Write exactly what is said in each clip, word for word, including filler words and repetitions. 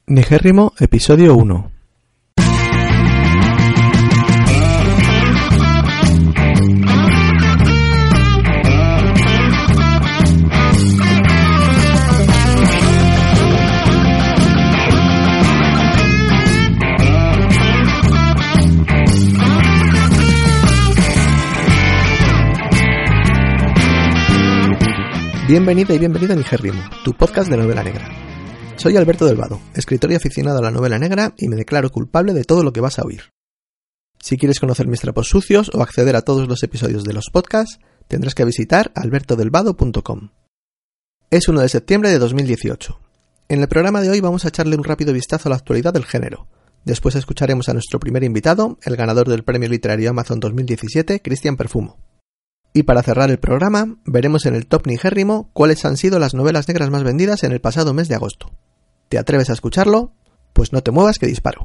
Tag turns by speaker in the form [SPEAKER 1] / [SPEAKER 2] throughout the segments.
[SPEAKER 1] Nigérrimo, episodio uno. Bienvenida y bienvenido a Nigérrimo, tu podcast de novela negra. Soy Alberto del Vado, escritor y aficionado a la novela negra, y me declaro culpable de todo lo que vas a oír. Si quieres conocer mis trapos sucios o acceder a todos los episodios de los podcasts, tendrás que visitar alberto del vado punto com. Es uno de septiembre de dos mil dieciocho. En el programa de hoy vamos a echarle un rápido vistazo a la actualidad del género. Después escucharemos a nuestro primer invitado, el ganador del Premio Literario Amazon dos mil diecisiete, Cristian Perfumo. Y para cerrar el programa, veremos en el Top Nigérrimo cuáles han sido las novelas negras más vendidas en el pasado mes de agosto. ¿Te atreves a escucharlo? Pues no te muevas que disparo.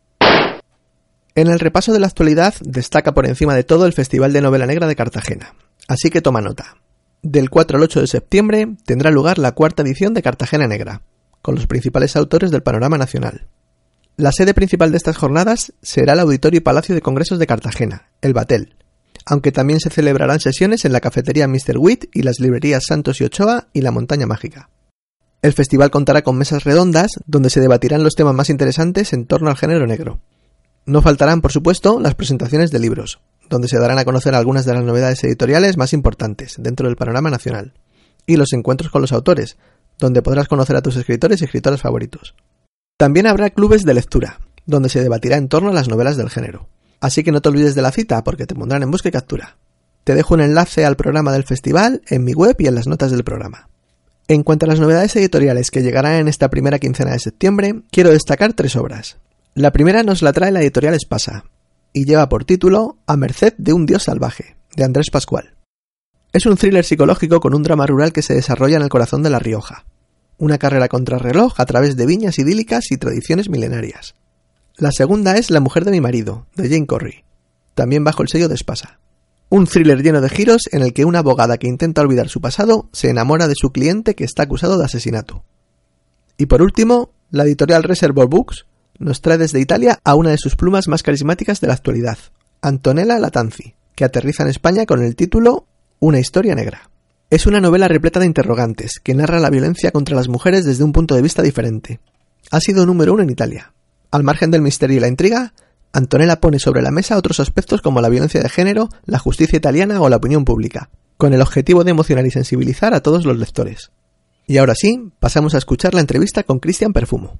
[SPEAKER 1] En el repaso de la actualidad destaca por encima de todo el Festival de Novela Negra de Cartagena. Así que toma nota. Del cuatro al ocho de septiembre tendrá lugar la cuarta edición de Cartagena Negra, con los principales autores del panorama nacional. La sede principal de estas jornadas será el Auditorio y Palacio de Congresos de Cartagena, el Batel, aunque también se celebrarán sesiones en la cafetería míster Witt y las librerías Santos y Ochoa y La Montaña Mágica. El festival contará con mesas redondas donde se debatirán los temas más interesantes en torno al género negro. No faltarán, por supuesto, las presentaciones de libros, donde se darán a conocer algunas de las novedades editoriales más importantes dentro del panorama nacional, y los encuentros con los autores, donde podrás conocer a tus escritores y escritoras favoritos. También habrá clubes de lectura, donde se debatirá en torno a las novelas del género. Así que no te olvides de la cita, porque te pondrán en busca y captura. Te dejo un enlace al programa del festival en mi web y en las notas del programa. En cuanto a las novedades editoriales que llegarán en esta primera quincena de septiembre, quiero destacar tres obras. La primera nos la trae la editorial Espasa, y lleva por título A merced de un dios salvaje, de Andrés Pascual. Es un thriller psicológico con un drama rural que se desarrolla en el corazón de La Rioja. Una carrera contrarreloj a través de viñas idílicas y tradiciones milenarias. La segunda es La mujer de mi marido, de Jane Corry, también bajo el sello de Espasa. Un thriller lleno de giros en el que una abogada que intenta olvidar su pasado se enamora de su cliente que está acusado de asesinato. Y por último, la editorial Reservoir Books nos trae desde Italia a una de sus plumas más carismáticas de la actualidad, Antonella Latanzi, que aterriza en España con el título Una historia negra. Es una novela repleta de interrogantes que narra la violencia contra las mujeres desde un punto de vista diferente. Ha sido número uno en Italia. Al margen del misterio y la intriga, Antonella pone sobre la mesa otros aspectos como la violencia de género, la justicia italiana o la opinión pública, con el objetivo de emocionar y sensibilizar a todos los lectores. Y ahora sí, pasamos a escuchar la entrevista con Cristian Perfumo.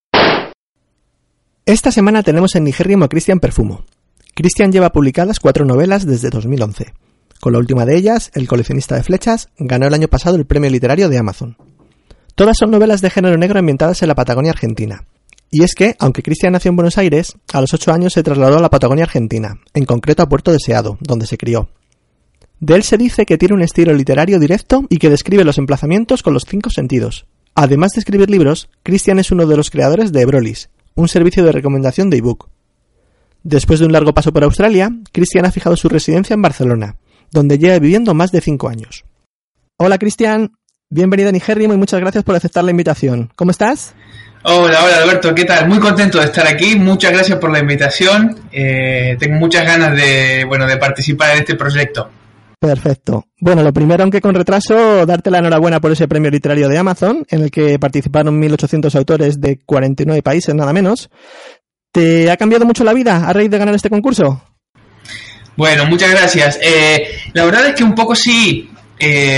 [SPEAKER 1] Esta semana tenemos en Nigérrimo a Cristian Perfumo. Cristian lleva publicadas cuatro novelas desde dos mil once. Con la última de ellas, El coleccionista de flechas, ganó el año pasado el Premio Literario de Amazon. Todas son novelas de género negro ambientadas en la Patagonia Argentina. Y es que, aunque Cristian nació en Buenos Aires, a los ocho años se trasladó a la Patagonia Argentina, en concreto a Puerto Deseado, donde se crió. De él se dice que tiene un estilo literario directo y que describe los emplazamientos con los cinco sentidos. Además de escribir libros, Cristian es uno de los creadores de Ebrolis, un servicio de recomendación de ebook. Después de un largo paso por Australia, Cristian ha fijado su residencia en Barcelona, donde lleva viviendo más de cinco años. Hola Cristian, bienvenido a Nigérrimo y muchas gracias por aceptar la invitación. ¿Cómo estás?
[SPEAKER 2] Hola, hola Alberto, ¿qué tal? Muy contento de estar aquí, muchas gracias por la invitación, eh, tengo muchas ganas de, bueno, de participar en este proyecto.
[SPEAKER 1] Perfecto. Bueno, lo primero, aunque con retraso, darte la enhorabuena por ese premio literario de Amazon, en el que participaron mil ochocientos autores de cuarenta y nueve países, nada menos. ¿Te ha cambiado mucho la vida a raíz de ganar este concurso?
[SPEAKER 2] Bueno, muchas gracias. Eh, la verdad es que un poco sí, eh,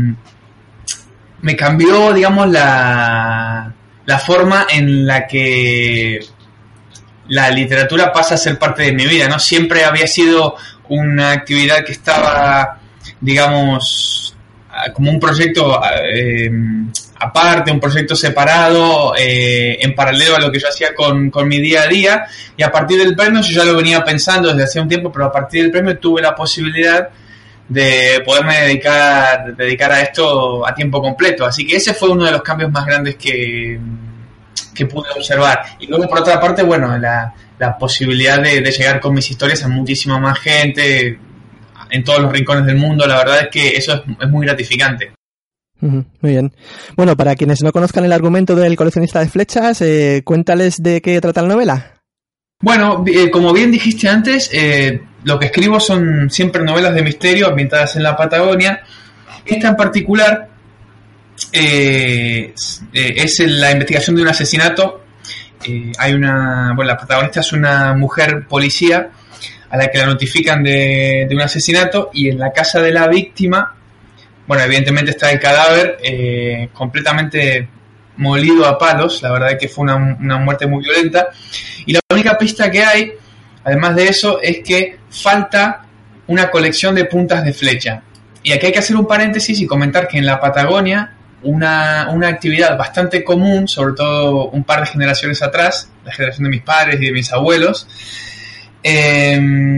[SPEAKER 2] me cambió, digamos, la... la forma en la que la literatura pasa a ser parte de mi vida, ¿no? Siempre había sido una actividad que estaba, digamos, como un proyecto eh, aparte, un proyecto separado, eh, en paralelo a lo que yo hacía con, con mi día a día, y a partir del premio, yo ya lo venía pensando desde hace un tiempo, pero a partir del premio tuve la posibilidad de poderme dedicar, dedicar a esto a tiempo completo. Así que ese fue uno de los cambios más grandes que, que pude observar. Y luego, por otra parte, bueno, la, la posibilidad de, de llegar con mis historias a muchísima más gente, en todos los rincones del mundo. La verdad es que eso es, es muy gratificante.
[SPEAKER 1] Muy bien. Bueno, para quienes no conozcan el argumento del coleccionista de flechas, eh, cuéntales de qué trata la novela.
[SPEAKER 2] Bueno, eh, como bien dijiste antes, eh, lo que escribo son siempre novelas de misterio ambientadas en la Patagonia. Esta en particular eh, es la investigación de un asesinato. Eh, hay una, bueno, la protagonista es una mujer policía a la que la notifican de, de un asesinato, y en la casa de la víctima, bueno, evidentemente está el cadáver eh, completamente molido a palos. La verdad es que fue una, una muerte muy violenta, y la única pista que hay, además de eso, es que falta una colección de puntas de flecha. Y aquí hay que hacer un paréntesis y comentar que en la Patagonia una, una actividad bastante común, sobre todo un par de generaciones atrás, la generación de mis padres y de mis abuelos, eh,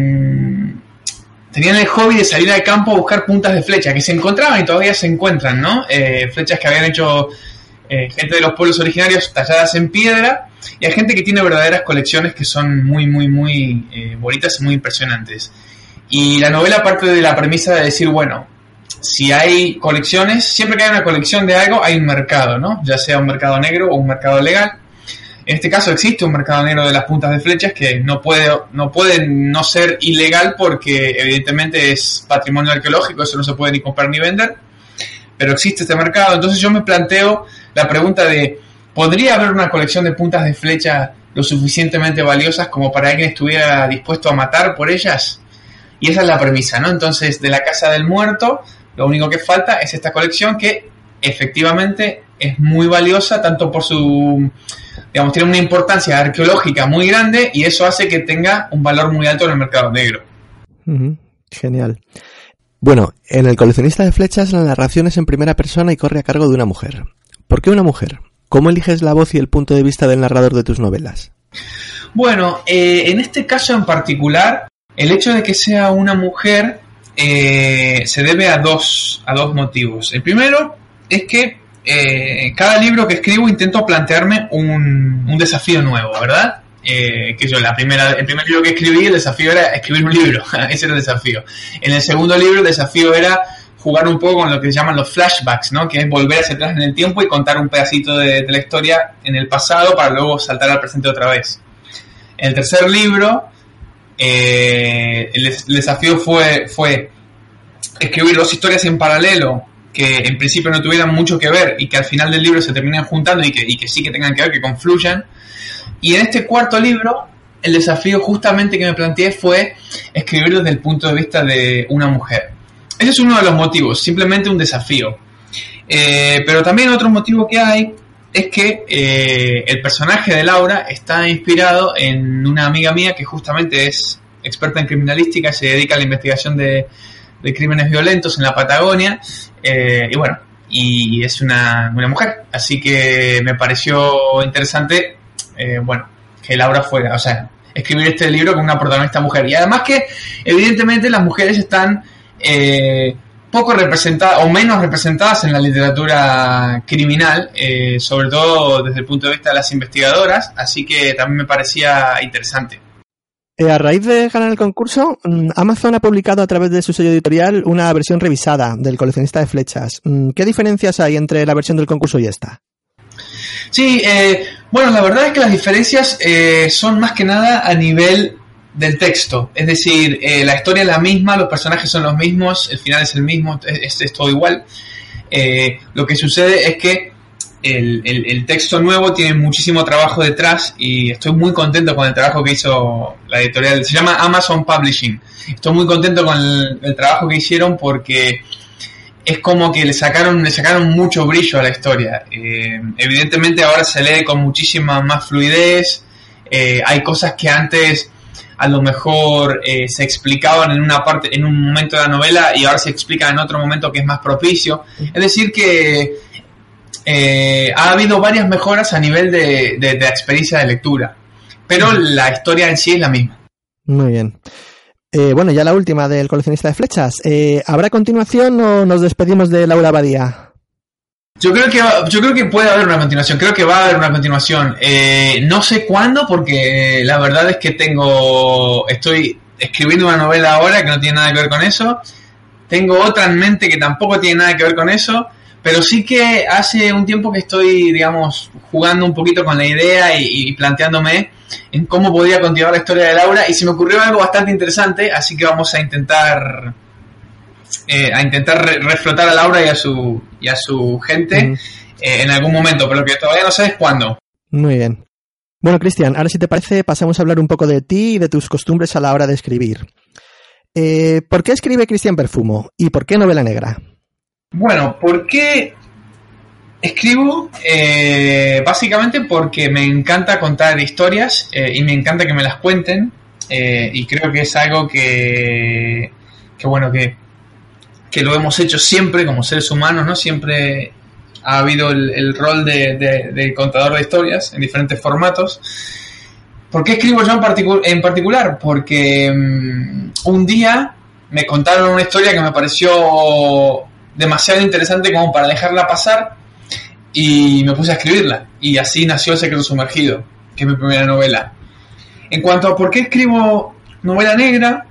[SPEAKER 2] tenían el hobby de salir al campo a buscar puntas de flecha, que se encontraban y todavía se encuentran, ¿no? Eh, flechas que habían hecho eh, gente de los pueblos originarios talladas en piedra, y hay gente que tiene verdaderas colecciones que son muy, muy, muy eh, bonitas y muy impresionantes. Y la novela parte de la premisa de decir, bueno, si hay colecciones, siempre que hay una colección de algo, hay un mercado, ¿no? Ya sea un mercado negro o un mercado legal. En este caso existe un mercado negro de las puntas de flechas que no puede, no puede no ser ilegal, porque evidentemente es patrimonio arqueológico, eso no se puede ni comprar ni vender, pero existe este mercado. Entonces yo me planteo la pregunta de, ¿podría haber una colección de puntas de flecha lo suficientemente valiosas como para alguien estuviera dispuesto a matar por ellas? Y esa es la premisa, ¿no? Entonces, de la casa del muerto, lo único que falta es esta colección, que efectivamente es muy valiosa, tanto por su, digamos, tiene una importancia arqueológica muy grande, y eso hace que tenga un valor muy alto en el mercado negro.
[SPEAKER 1] Uh-huh. Genial. Bueno, en El coleccionista de flechas la narración es en primera persona y corre a cargo de una mujer. ¿Por qué una mujer? ¿Cómo eliges la voz y el punto de vista del narrador de tus novelas?
[SPEAKER 2] Bueno, eh, en este caso en particular, el hecho de que sea una mujer eh, se debe a dos, a dos motivos. El primero es que eh, cada libro que escribo intento plantearme un, un desafío nuevo, ¿verdad? Eh, que yo, la primera, el primer libro que escribí, el desafío era escribir un libro. Ese era el desafío. En el segundo libro, el desafío era jugar un poco con lo que se llaman los flashbacks, ¿no? Que es volver hacia atrás en el tiempo y contar un pedacito de, de la historia en el pasado para luego saltar al presente otra vez. En el tercer libro, eh, el, el desafío fue, fue escribir dos historias en paralelo que en principio no tuvieran mucho que ver y que al final del libro se terminen juntando y que, y que sí que tengan que ver, que confluyan. Y en este cuarto libro, el desafío justamente que me planteé fue escribir desde el punto de vista de una mujer. Ese es uno de los motivos, simplemente un desafío. Eh, pero también otro motivo que hay es que eh, el personaje de Laura está inspirado en una amiga mía que justamente es experta en criminalística y se dedica a la investigación de, de crímenes violentos en la Patagonia. Eh, y bueno, y es una, una mujer. Así que me pareció interesante, eh, bueno, que Laura fuera, o sea, escribir este libro con una protagonista mujer. Y además que, evidentemente, las mujeres están eh, poco representadas o menos representadas en la literatura criminal, eh, sobre todo desde el punto de vista de las investigadoras, así que también me parecía interesante.
[SPEAKER 1] Eh, a raíz de ganar el concurso, Amazon ha publicado a través de su sello editorial una versión revisada del coleccionista de flechas. ¿Qué diferencias hay entre la versión del concurso y esta?
[SPEAKER 2] Sí, eh, bueno, la verdad es que las diferencias eh, son más que nada a nivel del texto, es decir, eh, la historia es la misma, los personajes son los mismos, el final es el mismo, es, es todo igual. Eh, lo que sucede es que el, el, el texto nuevo tiene muchísimo trabajo detrás y estoy muy contento con el trabajo que hizo la editorial, se llama Amazon Publishing. Estoy muy contento con el, el trabajo que hicieron porque es como que le sacaron, le sacaron mucho brillo a la historia. Eh, evidentemente ahora se lee con muchísima más fluidez, eh, hay cosas que antes a lo mejor eh, se explicaban en una parte, en un momento de la novela y ahora se explican en otro momento que es más propicio. Es decir que eh, ha habido varias mejoras a nivel de, de, de la experiencia de lectura, pero la historia en sí es la misma.
[SPEAKER 1] Muy bien. Eh, bueno, ya la última del coleccionista de flechas. Eh, ¿Habrá continuación o nos despedimos de Laura Badía?
[SPEAKER 2] Yo creo que yo creo que puede haber una continuación, creo que va a haber una continuación. Eh, no sé cuándo, porque la verdad es que tengo estoy escribiendo una novela ahora que no tiene nada que ver con eso. Tengo otra en mente que tampoco tiene nada que ver con eso, pero sí que hace un tiempo que estoy, digamos, jugando un poquito con la idea y, y planteándome en cómo podría continuar la historia de Laura, y se me ocurrió algo bastante interesante, así que vamos a intentar eh, a intentar re- reflotar a Laura y a su y a su gente mm. eh, en algún momento, pero lo que todavía no sé es cuándo.
[SPEAKER 1] Muy bien. Bueno, Cristian, ahora si te parece pasamos a hablar un poco de ti y de tus costumbres a la hora de escribir. Eh, ¿Por qué escribe Cristian Perfumo y por qué novela negra?
[SPEAKER 2] Bueno, ¿por qué escribo? Eh, básicamente porque me encanta contar historias eh, y me encanta que me las cuenten eh, y creo que es algo que, que bueno, que, que lo hemos hecho siempre como seres humanos, ¿no? Siempre ha habido el, el rol de, de, de contador de historias en diferentes formatos. ¿Por qué escribo yo en, particu- en particular? Porque um, un día me contaron una historia que me pareció demasiado interesante como para dejarla pasar y me puse a escribirla, y así nació El secreto sumergido, que es mi primera novela. En cuanto a por qué escribo novela negra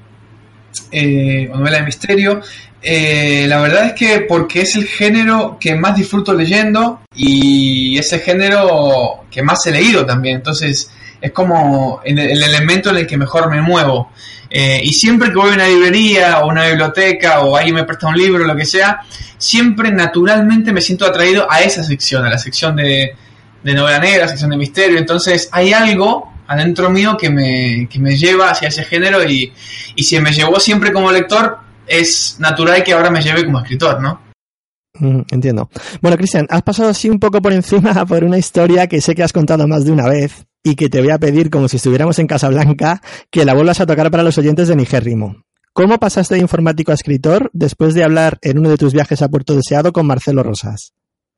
[SPEAKER 2] eh, o novela de misterio, eh, la verdad es que porque es el género que más disfruto leyendo y es el género que más he leído también, entonces es como el, el elemento en el que mejor me muevo. Eh, y siempre que voy a una librería o una biblioteca o alguien me presta un libro o lo que sea, siempre naturalmente me siento atraído a esa sección, a la sección de, de novela negra, sección de misterio. Entonces hay algo adentro mío que me, que me lleva hacia ese género, y, y si me llevó siempre como lector, es natural que ahora me lleve como escritor, ¿no?
[SPEAKER 1] Mm, entiendo. Bueno, Cristian, has pasado así un poco por encima por una historia que sé que has contado más de una vez y que te voy a pedir, como si estuviéramos en Casablanca, que la vuelvas a tocar para los oyentes de Nigérrimo. ¿Cómo pasaste de informático a escritor después de hablar en uno de tus viajes a Puerto Deseado con Marcelo Rosas?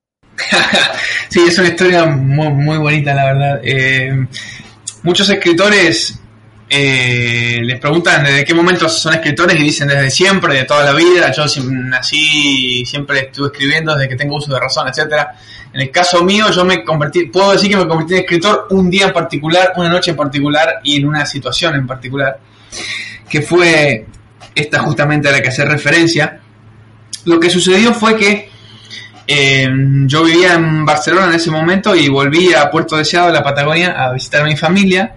[SPEAKER 2] Sí, es una historia muy, muy bonita, la verdad. Eh, muchos escritores eh, les preguntan desde qué momento son escritores y dicen desde siempre, de toda la vida. Yo nací, siempre estuve escribiendo desde que tengo uso de razón, etcétera. En el caso mío, yo me convertí, puedo decir que me convertí en escritor un día en particular, una noche en particular y en una situación en particular, que fue esta justamente a la que hacer referencia. Lo que sucedió fue que eh, yo vivía en Barcelona en ese momento y volví a Puerto Deseado, la Patagonia, a visitar a mi familia,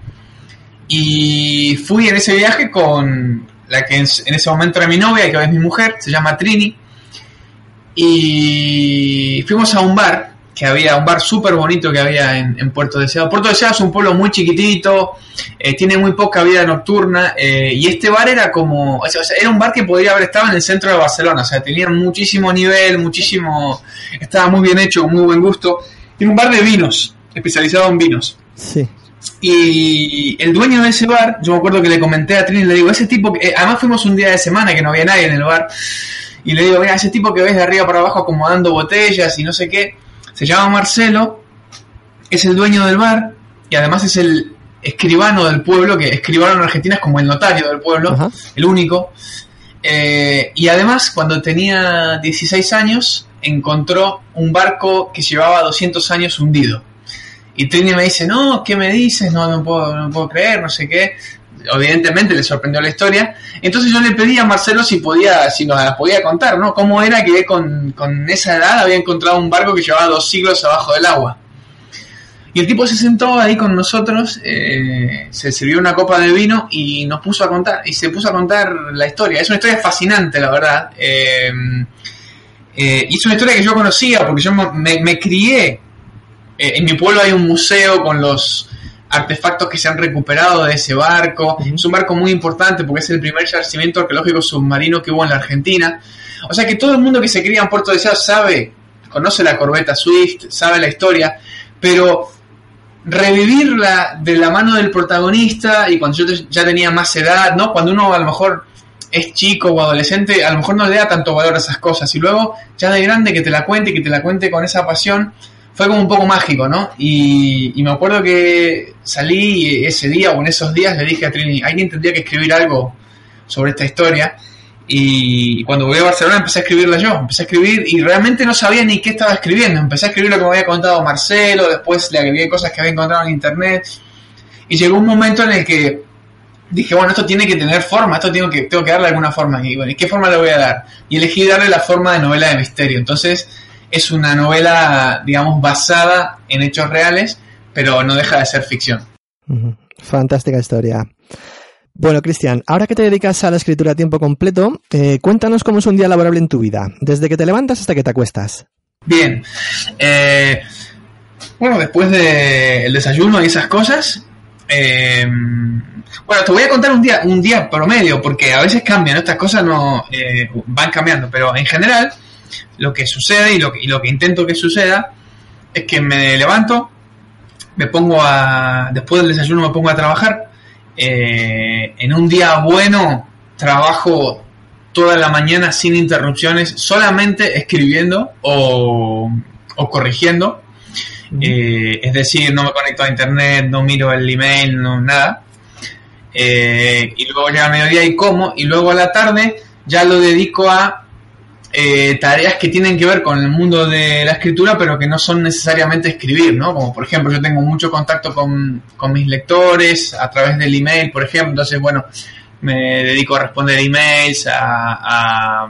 [SPEAKER 2] y fui en ese viaje con la que en ese momento era mi novia y que hoy es mi mujer, se llama Trini, y fuimos a un bar, que había un bar súper bonito que había en, en Puerto Deseado. Puerto Deseado es un pueblo muy chiquitito, eh, tiene muy poca vida nocturna, eh, y este bar era como, o sea, era un bar que podría haber estado en el centro de Barcelona, o sea, tenía muchísimo nivel, muchísimo, estaba muy bien hecho, con muy buen gusto. Era un bar de vinos, especializado en vinos.
[SPEAKER 1] Sí.
[SPEAKER 2] Y el dueño de ese bar, yo me acuerdo que le comenté a Trini, le digo, ese tipo, que, eh, además fuimos un día de semana que no había nadie en el bar, y le digo, mira, ese tipo que ves de arriba para abajo acomodando botellas y no sé qué, se llama Marcelo, es el dueño del bar y además es el escribano del pueblo, que escribano en Argentina es como el notario del pueblo, uh-huh. El único. Eh, y además, cuando tenía dieciséis años, encontró un barco que llevaba doscientos años hundido. Y Trini me dice, no, ¿qué me dices? No, no puedo, no puedo creer, no sé qué. Evidentemente le sorprendió la historia. Entonces yo le pedí a Marcelo si podía, si nos la podía contar, ¿no? Cómo era que con, con esa edad había encontrado un barco que llevaba dos siglos abajo del agua. Y el tipo se sentó ahí con nosotros, eh, se sirvió una copa de vino y nos puso a contar, y se puso a contar la historia. Es una historia fascinante, la verdad. Eh, eh, y es una historia que yo conocía, porque yo me, me crié. Eh, en mi pueblo hay un museo con los artefactos que se han recuperado de ese barco. Uh-huh. Es un barco muy importante porque es el primer yacimiento arqueológico submarino que hubo en la Argentina. O sea que todo el mundo que se cría en Puerto Deseado sabe, conoce la corbeta Swift, sabe la historia, pero revivirla de la mano del protagonista, y cuando yo ya tenía más edad, ¿no? Cuando uno a lo mejor es chico o adolescente, a lo mejor no le da tanto valor a esas cosas, y luego ya de grande que te la cuente y que te la cuente con esa pasión, fue como un poco mágico, ¿no? Y, y me acuerdo que salí ese día o en esos días le dije a Trini, alguien tendría que escribir algo sobre esta historia. Y cuando volví a Barcelona empecé a escribirla yo, empecé a escribir y realmente no sabía ni qué estaba escribiendo. Empecé a escribir lo que me había contado Marcelo, después le agregué cosas que había encontrado en internet. Y llegó un momento en el que dije, bueno, esto tiene que tener forma, esto tengo que, tengo que darle alguna forma. Y bueno, ¿y qué forma le voy a dar? Y elegí darle la forma de novela de misterio. Entonces es una novela, digamos, basada en hechos reales, pero no deja de ser ficción.
[SPEAKER 1] Fantástica historia. Bueno, Cristian, ahora que te dedicas a la escritura a tiempo completo, eh, cuéntanos cómo es un día laborable en tu vida, desde que te levantas hasta que te acuestas.
[SPEAKER 2] Bien. Eh, bueno, después del desayuno y esas cosas, eh, bueno, te voy a contar un día un día promedio, porque a veces cambian, ¿no? Estas cosas no eh, van cambiando, pero en general lo que sucede y lo que, y lo que intento que suceda es que me levanto, me pongo a después del desayuno me pongo a trabajar. Eh, en un día bueno trabajo toda la mañana sin interrupciones, solamente escribiendo o, o corrigiendo. Uh-huh. Eh, es decir, no me conecto a internet, no miro el email, no nada. Eh, y luego llega el mediodía y como, y luego a la tarde ya lo dedico a eh, tareas que tienen que ver con el mundo de la escritura, pero que no son necesariamente escribir, ¿no? Como por ejemplo, yo tengo mucho contacto con, con mis lectores a través del email, por ejemplo, entonces bueno, me dedico a responder emails, a, a,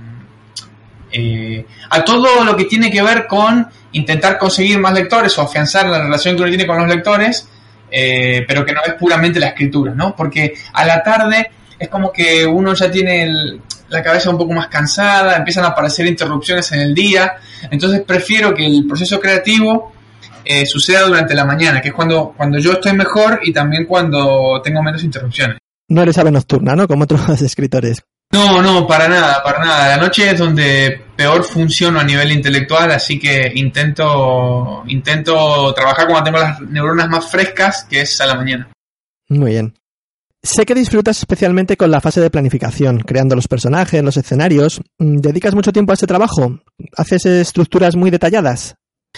[SPEAKER 2] eh, a todo lo que tiene que ver con intentar conseguir más lectores o afianzar la relación que uno tiene con los lectores, eh, pero que no es puramente la escritura, ¿no? Porque a la tarde es como que uno ya tiene el, la cabeza un poco más cansada, empiezan a aparecer interrupciones en el día, entonces prefiero que el proceso creativo eh, suceda durante la mañana, que es cuando, cuando yo estoy mejor y también cuando tengo menos interrupciones.
[SPEAKER 1] No eres ave nocturna, ¿no? Como otros escritores.
[SPEAKER 2] No, no, para nada, para nada. La noche es donde peor funciono a nivel intelectual, así que intento intento trabajar cuando tengo las neuronas más frescas, que es a la mañana.
[SPEAKER 1] Muy bien. Sé que disfrutas especialmente con la fase de planificación, creando los personajes, los escenarios. ¿Dedicas mucho tiempo a ese trabajo? ¿Haces estructuras muy detalladas?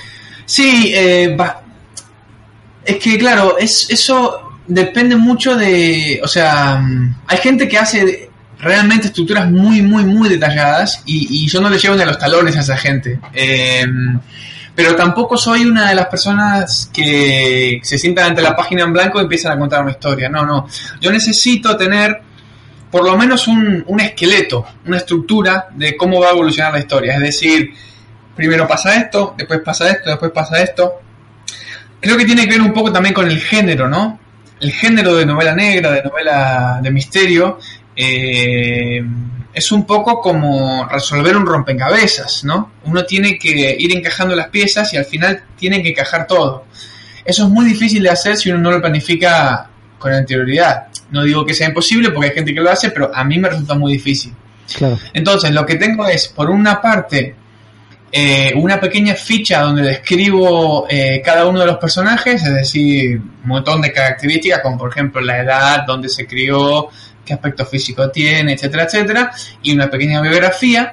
[SPEAKER 2] Sí, eh, va. Es que claro, es eso depende mucho de, o sea, hay gente que hace realmente estructuras muy, muy, muy detalladas y, y yo no le llevo ni a los talones a esa gente. Eh, pero tampoco soy una de las personas que se sientan ante la página en blanco y empiezan a contar una historia. No, no. Yo necesito tener por lo menos un, un esqueleto, una estructura de cómo va a evolucionar la historia. Es decir, primero pasa esto, después pasa esto, después pasa esto. Creo que tiene que ver un poco también con el género, ¿no? El género de novela negra, de novela de misterio, eh, es un poco como resolver un rompecabezas, ¿no? Uno tiene que ir encajando las piezas y al final tiene que encajar todo. Eso es muy difícil de hacer si uno no lo planifica con anterioridad. No digo que sea imposible porque hay gente que lo hace, pero a mí me resulta muy difícil.
[SPEAKER 1] Claro.
[SPEAKER 2] Entonces, lo que tengo es, por una parte, Eh, una pequeña ficha donde describo eh, cada uno de los personajes, es decir, un montón de características como por ejemplo la edad, dónde se crió, qué aspecto físico tiene, etcétera, etcétera, y una pequeña biografía.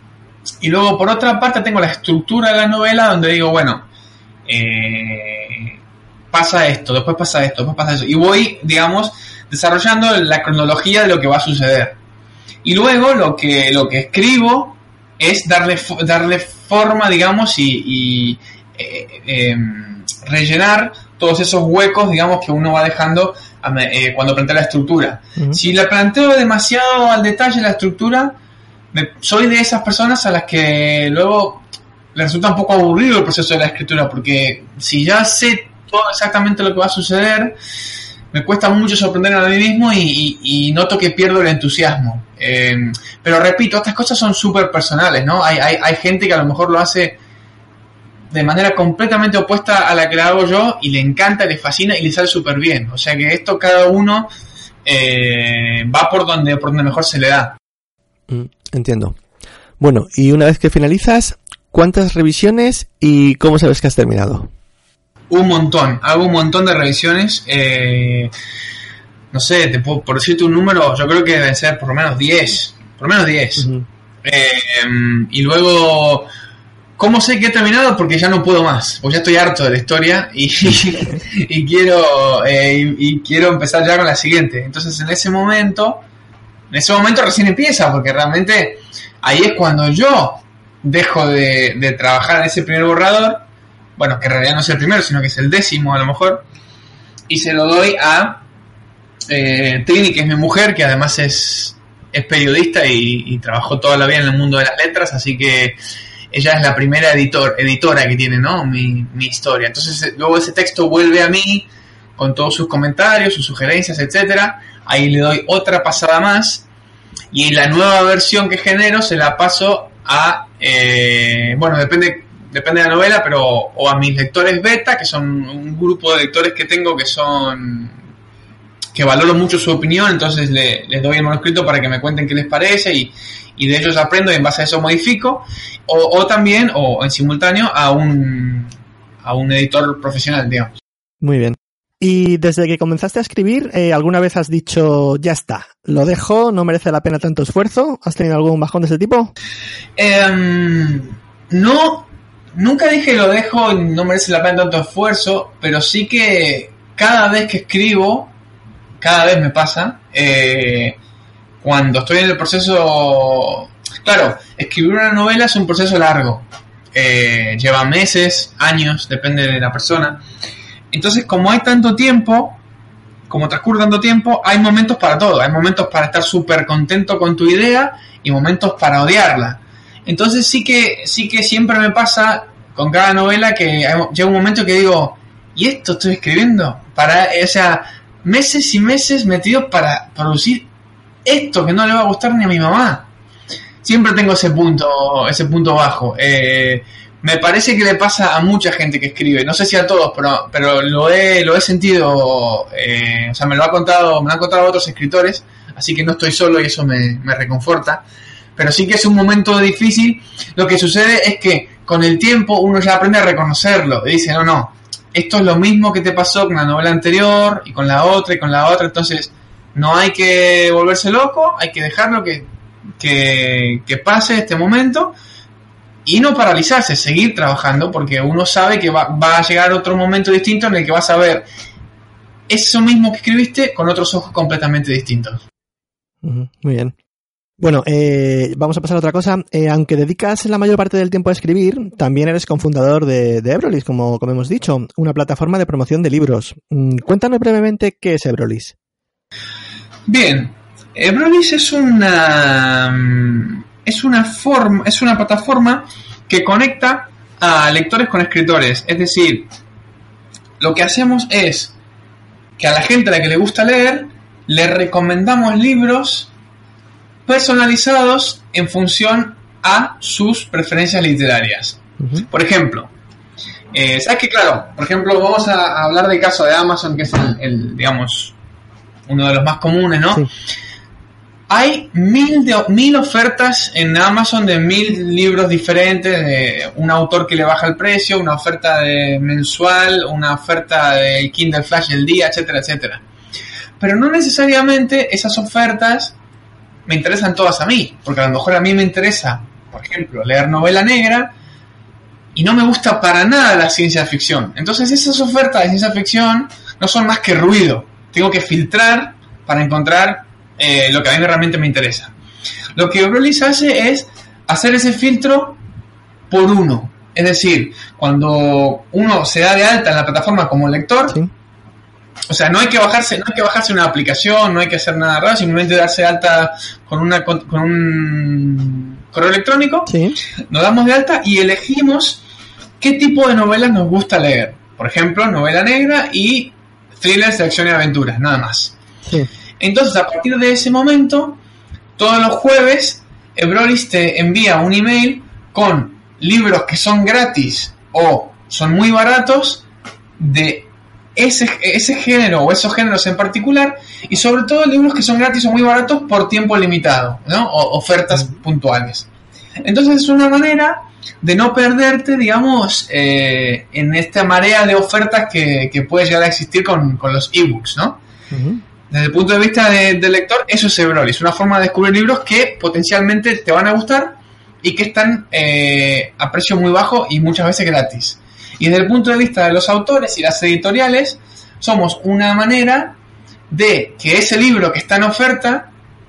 [SPEAKER 2] Y luego por otra parte tengo la estructura de la novela donde digo, bueno, eh, pasa esto, después pasa esto, después pasa eso, y voy, digamos, desarrollando la cronología de lo que va a suceder. Y luego lo que, lo que escribo es darle darle forma, digamos, y, y eh, eh, rellenar todos esos huecos, digamos, que uno va dejando eh, cuando plantea la estructura. Uh-huh. Si la planteo demasiado al detalle la estructura, me, soy de esas personas a las que luego les resulta un poco aburrido el proceso de la escritura, porque si ya sé todo exactamente lo que va a suceder, me cuesta mucho sorprender a mí mismo y, y, y noto que pierdo el entusiasmo. Eh, pero repito, estas cosas son súper personales, ¿no? Hay, hay, hay gente que a lo mejor lo hace de manera completamente opuesta a la que la hago yo y le encanta, le fascina y le sale súper bien. O sea que esto cada uno eh, va por donde, por donde mejor se le da.
[SPEAKER 1] Mm, entiendo. Bueno, y una vez que finalizas, ¿cuántas revisiones y cómo sabes que has terminado?
[SPEAKER 2] Un montón, hago un montón de revisiones. Eh, no sé, te puedo, por decirte un número, yo creo que deben ser por lo menos diez. Por lo menos diez. Uh-huh. Eh, y luego, ¿cómo sé que he terminado? Porque ya no puedo más. Porque ya estoy harto de la historia y, y, quiero, eh, y, y quiero empezar ya con la siguiente. Entonces, en ese momento, en ese momento recién empieza, porque realmente ahí es cuando yo dejo de, de trabajar en ese primer borrador. Bueno, que en realidad no es el primero, sino que es el décimo a lo mejor, y se lo doy a eh, Trini, que es mi mujer, que además es, es periodista y, y trabajó toda la vida en el mundo de las letras, así que ella es la primera editor, editora que tiene, ¿no? Mi, mi historia. Entonces luego ese texto vuelve a mí con todos sus comentarios, sus sugerencias, etcétera. Ahí le doy otra pasada más y la nueva versión que genero se la paso a, eh, bueno, depende depende de la novela, pero o a mis lectores beta, que son un grupo de lectores que tengo que son que valoro mucho su opinión, entonces le, les doy el manuscrito para que me cuenten qué les parece y, y de ellos aprendo y en base a eso modifico, o, o también, o en simultáneo, a un a un editor profesional, digamos.
[SPEAKER 1] Muy bien. Y desde que comenzaste a escribir, eh, ¿alguna vez has dicho, ya está, lo dejo, no merece la pena tanto esfuerzo? ¿Has tenido algún bajón de ese tipo?
[SPEAKER 2] Eh, no, nunca dije lo dejo, no merece la pena tanto esfuerzo, pero sí que cada vez que escribo, cada vez me pasa, eh, cuando estoy en el proceso... Claro, escribir una novela es un proceso largo, eh, lleva meses, años, depende de la persona. Entonces, como hay tanto tiempo, como transcurre tanto tiempo, hay momentos para todo. Hay momentos para estar súper contento con tu idea y momentos para odiarla. Entonces sí que sí que siempre me pasa con cada novela que hay, llega un momento que digo, ¿y esto estoy escribiendo? Para, o sea, meses y meses metidos para producir esto que no le va a gustar ni a mi mamá. Siempre tengo ese punto, ese punto bajo. Eh... Me parece que le pasa a mucha gente que escribe, no sé si a todos, pero pero lo he lo he sentido, eh, o sea, me lo ha contado, me lo han contado otros escritores, así que no estoy solo y eso me, me reconforta. Pero sí que es un momento difícil. Lo que sucede es que con el tiempo uno ya aprende a reconocerlo y dice, no, no, esto es lo mismo que te pasó con la novela anterior y con la otra y con la otra, entonces no hay que volverse loco, hay que dejarlo que, que, que pase este momento. Y no paralizarse, seguir trabajando, porque uno sabe que va, va a llegar otro momento distinto en el que vas a ver eso mismo que escribiste con otros ojos completamente distintos.
[SPEAKER 1] Uh-huh, muy bien. Bueno, eh, vamos a pasar a otra cosa. Eh, aunque dedicas la mayor parte del tiempo a escribir, también eres cofundador de, de Ebrolis, como, como hemos dicho, una plataforma de promoción de libros. Mm, cuéntanos brevemente qué es Ebrolis.
[SPEAKER 2] Bien, Ebrolis es una... Es una forma, es una plataforma que conecta a lectores con escritores. Es decir, lo que hacemos es que a la gente a la que le gusta leer le recomendamos libros personalizados en función a sus preferencias literarias. Uh-huh. Por ejemplo, eh, ¿sabes qué? Claro, por ejemplo, vamos a hablar del caso de Amazon, que es el, el digamos, uno de los más comunes, ¿no? Sí. Hay mil, de, mil ofertas en Amazon de mil libros diferentes, de un autor que le baja el precio, una oferta de mensual, una oferta de Kindle Flash del día, etcétera, etcétera. Pero no necesariamente esas ofertas me interesan todas a mí, porque a lo mejor a mí me interesa, por ejemplo, leer novela negra y no me gusta para nada la ciencia ficción. Entonces esas ofertas de ciencia ficción no son más que ruido. Tengo que filtrar para encontrar Eh, lo que a mí realmente me interesa. Lo que Ebrolis hace es hacer ese filtro por uno. Es decir, cuando uno se da de alta en la plataforma como lector, sí. O sea, no hay que bajarse, no hay que bajarse una aplicación, no hay que hacer nada raro, simplemente darse de alta con una con, con un correo electrónico, sí. Nos damos de alta y elegimos qué tipo de novelas nos gusta leer. Por ejemplo, novela negra y thrillers de acción y aventuras, nada más. Sí. Entonces, a partir de ese momento, todos los jueves, Ebrolis te envía un email con libros que son gratis o son muy baratos de ese, ese género o esos géneros en particular, y sobre todo libros que son gratis o muy baratos por tiempo limitado, ¿no? O ofertas puntuales. Entonces, es una manera de no perderte, digamos, eh, en esta marea de ofertas que, que puede llegar a existir con, con los ebooks, ¿no? Uh-huh. Desde el punto de vista de, del lector, eso es Ebrolis, una forma de descubrir libros que potencialmente te van a gustar y que están eh, a precio muy bajo y muchas veces gratis. Y desde el punto de vista de los autores y las editoriales, somos una manera de que ese libro que está en oferta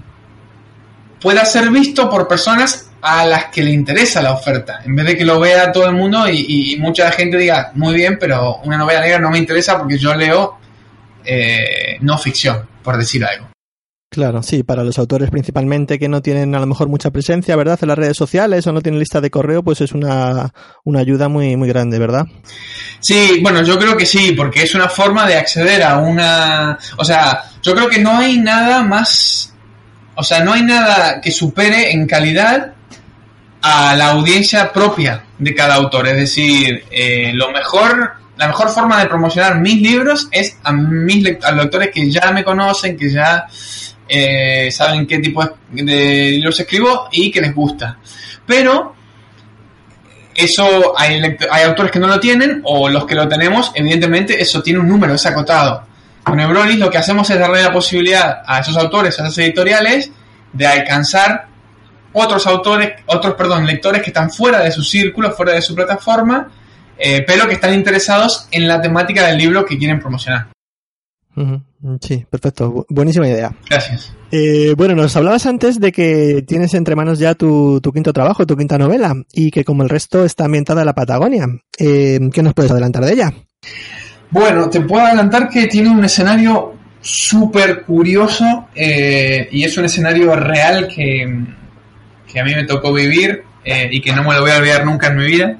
[SPEAKER 2] pueda ser visto por personas a las que le interesa la oferta, en vez de que lo vea todo el mundo y, y mucha gente diga, muy bien, pero una novela negra no me interesa porque yo leo eh, no ficción, por decir algo.
[SPEAKER 1] Claro, sí, para los autores principalmente que no tienen a lo mejor mucha presencia, ¿verdad?, en las redes sociales o no tienen lista de correo, pues es una, una ayuda muy, muy grande, ¿verdad?
[SPEAKER 2] Sí, bueno, yo creo que sí, porque es una forma de acceder a una... O sea, yo creo que no hay nada más... O sea, no hay nada que supere en calidad a la audiencia propia de cada autor. Es decir, eh, lo mejor... La mejor forma de promocionar mis libros es a mis lect- a los lectores que ya me conocen, que ya eh, saben qué tipo de, de libros escribo y que les gusta. Pero eso hay, lect- hay autores que no lo tienen, o los que lo tenemos, evidentemente eso tiene un número, es acotado. Con Ebrolis lo que hacemos es darle la posibilidad a esos autores, a esas editoriales, de alcanzar otros autores, otros, perdón, lectores que están fuera de su círculo, fuera de su plataforma, Eh, pero que están interesados en la temática del libro que quieren promocionar.
[SPEAKER 1] Uh-huh. Sí, perfecto. Bu- buenísima idea.
[SPEAKER 2] Gracias.
[SPEAKER 1] Eh, bueno, nos hablabas antes de que tienes entre manos ya tu, tu quinto trabajo, tu quinta novela, y que como el resto está ambientada en la Patagonia. Eh, ¿Qué nos puedes adelantar de ella?
[SPEAKER 2] Bueno, te puedo adelantar que tiene un escenario súper curioso eh, y es un escenario real que, que a mí me tocó vivir eh, y que no me lo voy a olvidar nunca en mi vida.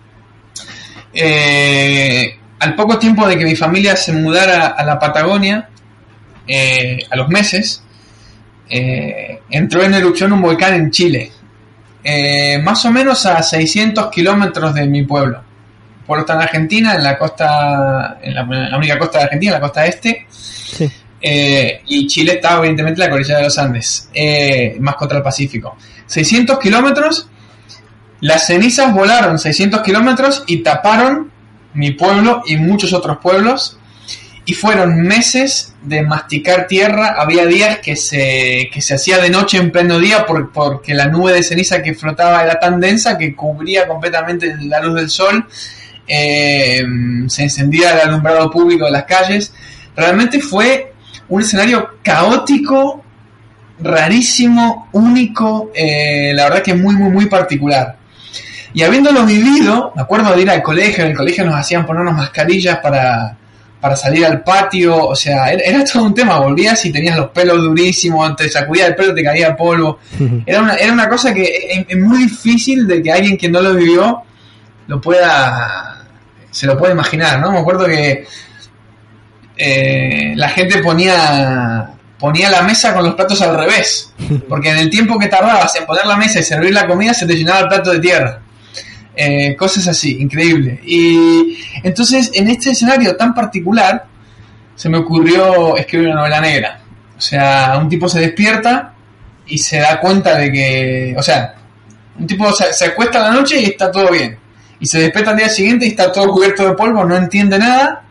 [SPEAKER 2] Eh, al poco tiempo de que mi familia se mudara a la Patagonia, eh, a los meses, eh, entró en erupción un volcán en Chile, eh, más o menos a seiscientos kilómetros de mi pueblo. El pueblo está en Argentina, en la costa, en la, en la única costa de Argentina, la costa este,
[SPEAKER 1] Sí.
[SPEAKER 2] eh, y Chile está evidentemente en la cordillera de los Andes, eh, más contra el Pacífico. seiscientos kilómetros. Las cenizas volaron seiscientos kilómetros y taparon mi pueblo y muchos otros pueblos. Y fueron meses de masticar tierra. Había días que se, que se hacía de noche en pleno día por, porque la nube de ceniza que flotaba era tan densa que cubría completamente la luz del sol. Eh, se encendía el alumbrado público de las calles. Realmente fue un escenario caótico, rarísimo, único. Eh, la verdad que muy, muy, muy particular. Y habiéndolo vivido, me acuerdo de ir al colegio, en el colegio nos hacían ponernos mascarillas para, para salir al patio, o sea, era, era todo un tema, volvías y tenías los pelos durísimos, te sacudías el pelo, te caía polvo, era una, era una cosa que es, es muy difícil de que alguien que no lo vivió lo pueda, se lo pueda imaginar, ¿no? Me acuerdo que eh, la gente ponía... ponía la mesa con los platos al revés, porque en el tiempo que tardabas en poner la mesa y servir la comida se te llenaba el plato de tierra. Eh, cosas así, increíble. Y entonces en este escenario tan particular se me ocurrió escribir una novela negra. O sea, un tipo se despierta y se da cuenta de que, o sea, un tipo se, se acuesta a la noche y está todo bien, y se despierta al día siguiente y está todo cubierto de polvo, no entiende nada,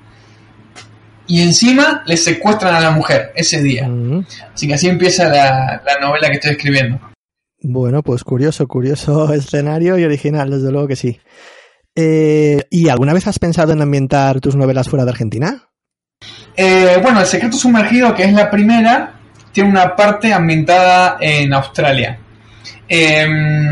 [SPEAKER 2] y encima le secuestran a la mujer ese día. Uh-huh. Así que así empieza la, la novela que estoy escribiendo.
[SPEAKER 1] Bueno, pues curioso, curioso escenario y original, desde luego que sí. Eh, ¿Y alguna vez has pensado en ambientar tus novelas fuera de Argentina?
[SPEAKER 2] Eh, bueno, El secreto sumergido, que es la primera, tiene una parte ambientada en Australia. Eh,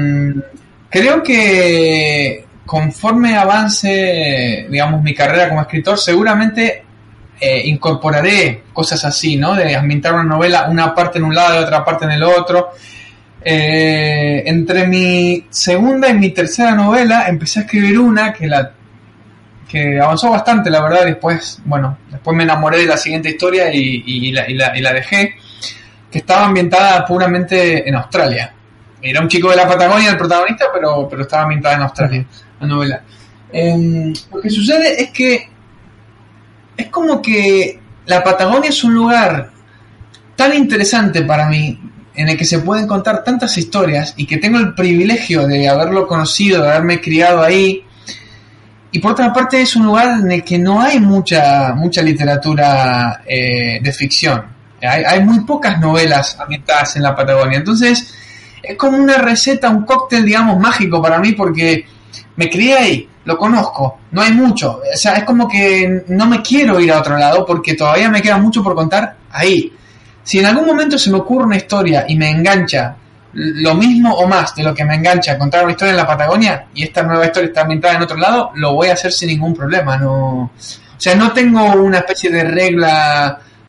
[SPEAKER 2] creo que conforme avance, digamos, mi carrera como escritor, seguramente eh, incorporaré cosas así, ¿no? De ambientar una novela, una parte en un lado y otra parte en el otro. Eh, entre mi segunda y mi tercera novela empecé a escribir una que la que avanzó bastante, la verdad. Después, bueno, después me enamoré de la siguiente historia y, y, la, y, la, y la dejé, que estaba ambientada puramente en Australia. Era un chico de la Patagonia el protagonista, pero, pero estaba ambientada en Australia, la novela. Eh, lo que sucede es que es como que la Patagonia es un lugar tan interesante para mí, en el que se pueden contar tantas historias, y que tengo el privilegio de haberlo conocido, de haberme criado ahí. Y por otra parte es un lugar en el que no hay mucha mucha literatura eh, de ficción. Hay, hay muy pocas novelas ambientadas en la Patagonia. Entonces es como una receta, un cóctel, digamos, mágico para mí, porque me crié ahí, lo conozco, no hay mucho. O sea, es como que no me quiero ir a otro lado porque todavía me queda mucho por contar ahí. Si en algún momento se me ocurre una historia y me engancha lo mismo o más de lo que me engancha contar una historia en la Patagonia, y esta nueva historia está ambientada en otro lado, lo voy a hacer sin ningún problema. No, o sea, no tengo una especie de regla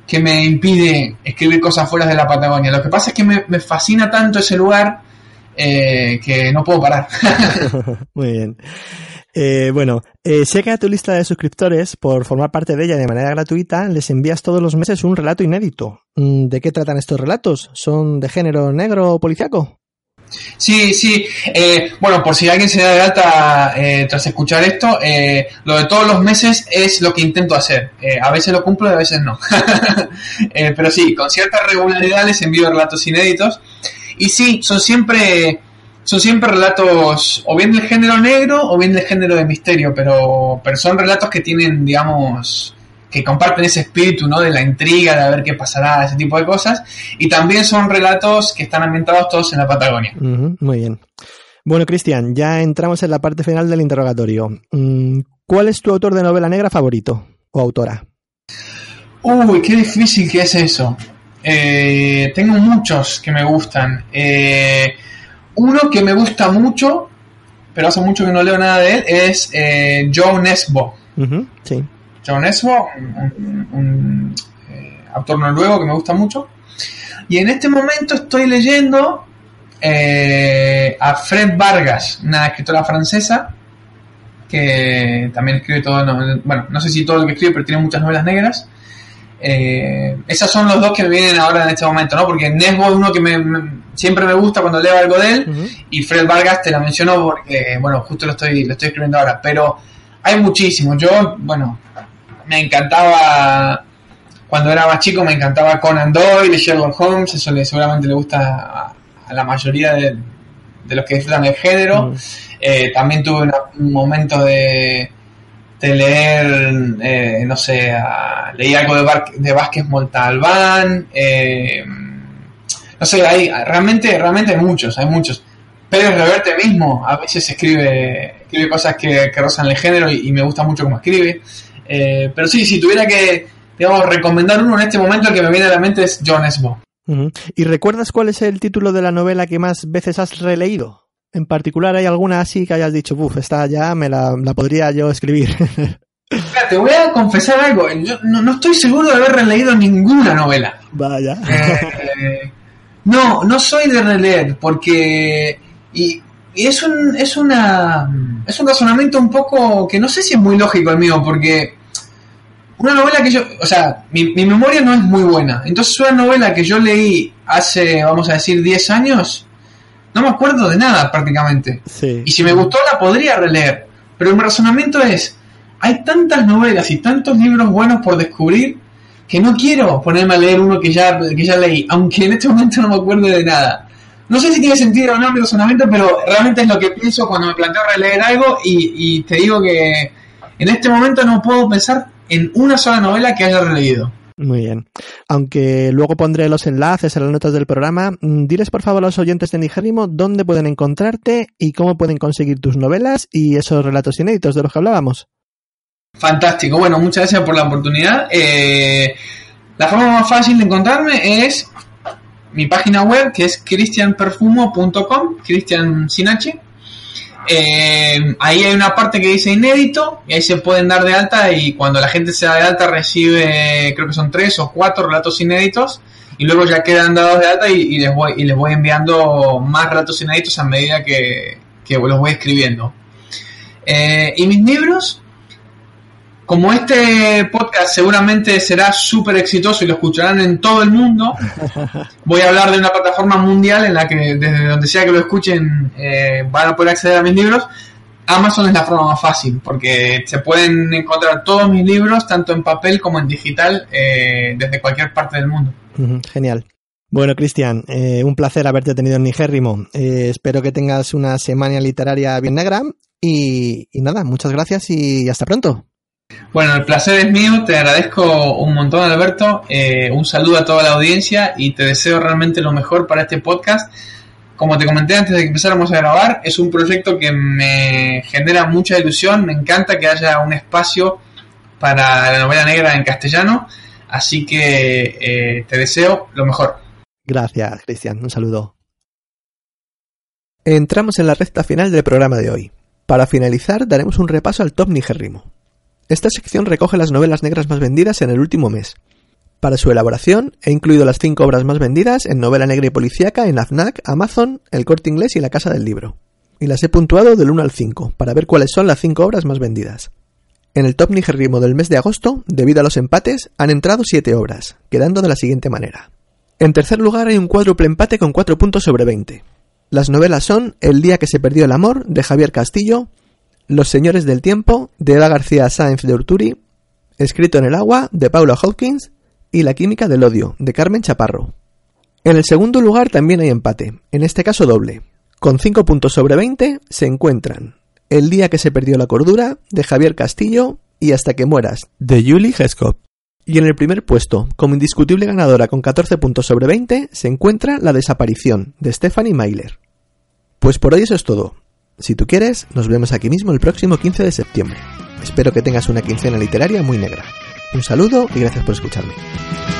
[SPEAKER 2] que me impide escribir cosas fuera de la Patagonia. Lo que pasa es que me, me fascina tanto ese lugar eh, que no puedo parar.
[SPEAKER 1] Muy bien. Eh, bueno, eh, sé que a tu lista de suscriptores, por formar parte de ella de manera gratuita, les envías todos los meses un relato inédito. ¿De qué tratan estos relatos? ¿Son de género negro o policíaco?
[SPEAKER 2] Sí, sí. Eh, bueno, por si alguien se da de alta eh, tras escuchar esto, eh, lo de todos los meses es lo que intento hacer. Eh, a veces lo cumplo y a veces no. eh, pero sí, con cierta regularidad les envío relatos inéditos. Y sí, son siempre... Son siempre relatos o bien del género negro o bien del género de misterio, pero, pero son relatos que tienen, digamos, que comparten ese espíritu, ¿no? De la intriga, de a ver qué pasará, ese tipo de cosas. Y también son relatos que están ambientados todos en la Patagonia.
[SPEAKER 1] Uh-huh, muy bien. Bueno, Cristian, ya entramos en la parte final del interrogatorio. ¿Cuál es tu autor de novela negra favorito o autora?
[SPEAKER 2] Uy, qué difícil que es eso. Eh, tengo muchos que me gustan. Eh... Uno que me gusta mucho, pero hace mucho que no leo nada de él, es eh, Joe Nesbo.
[SPEAKER 1] Uh-huh, sí.
[SPEAKER 2] Joe Nesbo, un, un, un eh, autor noruego que me gusta mucho. Y en este momento estoy leyendo eh, a Fred Vargas, una escritora francesa, que también escribe todo, no, bueno, no sé si todo lo que escribe, pero tiene muchas novelas negras. Eh, esos son los dos que me vienen ahora en este momento, ¿no? Porque Nesbo es uno que me, me, siempre me gusta cuando leo algo de él, uh-huh. Y Fred Vargas te la menciono porque, bueno, justo lo estoy, lo estoy escribiendo ahora, pero hay muchísimos. Yo, bueno, me encantaba, cuando era más chico me encantaba Conan Doyle, Sherlock Holmes, eso le, seguramente le gusta a, a la mayoría de, de los que disfrutan el género. Uh-huh. Eh, también tuve una, un momento de... de leer, eh, no sé, a, leí algo de, Bar, de Vázquez Montalbán, eh, no sé, hay realmente realmente hay muchos, hay muchos. Pérez Reverte mismo a veces escribe escribe cosas que, que rozan el género y, y me gusta mucho cómo escribe. Eh, pero sí, si tuviera que, digamos, recomendar uno en este momento, el que me viene a la mente es Joe Nesbo.
[SPEAKER 1] Uh-huh. ¿Y recuerdas cuál es el título de la novela que más veces has releído? En particular, ¿hay alguna así que hayas dicho, uff, esta ya me la, la podría yo escribir?
[SPEAKER 2] Mira, te voy a confesar algo. Yo no, no estoy seguro de haber releído ninguna novela.
[SPEAKER 1] Vaya.
[SPEAKER 2] Eh, no, no soy de releer, porque... Y, y es un es una es un razonamiento un poco que no sé si es muy lógico el mío, porque una novela que yo... O sea, mi, mi memoria no es muy buena. Entonces una novela que yo leí hace, vamos a decir, diez años... No me acuerdo de nada prácticamente.
[SPEAKER 1] Sí.
[SPEAKER 2] Y si me gustó la podría releer. Pero mi razonamiento es, hay tantas novelas y tantos libros buenos por descubrir que no quiero ponerme a leer uno que ya, que ya leí, aunque en este momento no me acuerdo de nada. No sé si tiene sentido o no mi razonamiento, pero realmente es lo que pienso cuando me planteo releer algo y, y te digo que en este momento no puedo pensar en una sola novela que haya releído.
[SPEAKER 1] Muy bien. Aunque luego pondré los enlaces en las notas del programa, diles por favor a los oyentes de Nigérrimo dónde pueden encontrarte y cómo pueden conseguir tus novelas y esos relatos inéditos de los que hablábamos.
[SPEAKER 2] Fantástico. Bueno, muchas gracias por la oportunidad. Eh, la forma más fácil de encontrarme es mi página web, que es cristian perfumo punto com, Cristian sin H. Eh, ahí hay una parte que dice inédito y ahí se pueden dar de alta, y cuando la gente se da de alta recibe, creo que son tres o cuatro relatos inéditos, y luego ya quedan dados de alta y, y les voy y les voy enviando más relatos inéditos a medida que, que los voy escribiendo. Eh, y mis libros, como este podcast seguramente será súper exitoso y lo escucharán en todo el mundo, voy a hablar de una plataforma mundial en la que desde donde sea que lo escuchen eh, van a poder acceder a mis libros. Amazon es la forma más fácil porque se pueden encontrar todos mis libros tanto en papel como en digital eh, desde cualquier parte del mundo.
[SPEAKER 1] Genial. Bueno, Cristian, eh, un placer haberte tenido en Nigérrimo. Eh, espero que tengas una semana literaria bien negra y, y nada, muchas gracias y hasta pronto.
[SPEAKER 2] Bueno, el placer es mío, te agradezco un montón, Alberto, eh, un saludo a toda la audiencia y te deseo realmente lo mejor para este podcast. Como te comenté antes de que empezáramos a grabar, es un proyecto que me genera mucha ilusión, me encanta que haya un espacio para la novela negra en castellano, así que eh, te deseo lo mejor.
[SPEAKER 1] Gracias, Cristian, un saludo. Entramos en la recta final del programa de hoy. Para finalizar, daremos un repaso al Top Nigérrimo. Esta sección recoge las novelas negras más vendidas en el último mes. Para su elaboración he incluido las cinco obras más vendidas en novela negra y policíaca en Fnac, Amazon, El Corte Inglés y La Casa del Libro. Y las he puntuado del uno al cinco, para ver cuáles son las cinco obras más vendidas. En el top Nigerrimo del mes de agosto, debido a los empates, han entrado siete obras, quedando de la siguiente manera. En tercer lugar hay un cuádruple empate con cuatro puntos sobre veinte. Las novelas son El día que se perdió el amor, de Javier Castillo, Los señores del tiempo, de Eva García Sáenz de Urturi, Escrito en el agua, de Paula Hawkins, y La química del odio, de Carmen Chaparro. En el segundo lugar también hay empate, en este caso doble. Con cinco puntos sobre veinte se encuentran El día que se perdió la cordura, de Javier Castillo, y Hasta que mueras, de Julie Heskop. Y en el primer puesto, como indiscutible ganadora con catorce puntos sobre veinte, se encuentra La desaparición, de Stephanie Myler. Pues por hoy eso es todo. Si tú quieres, nos vemos aquí mismo el próximo quince de septiembre. Espero que tengas una quincena literaria muy negra. Un saludo y gracias por escucharme.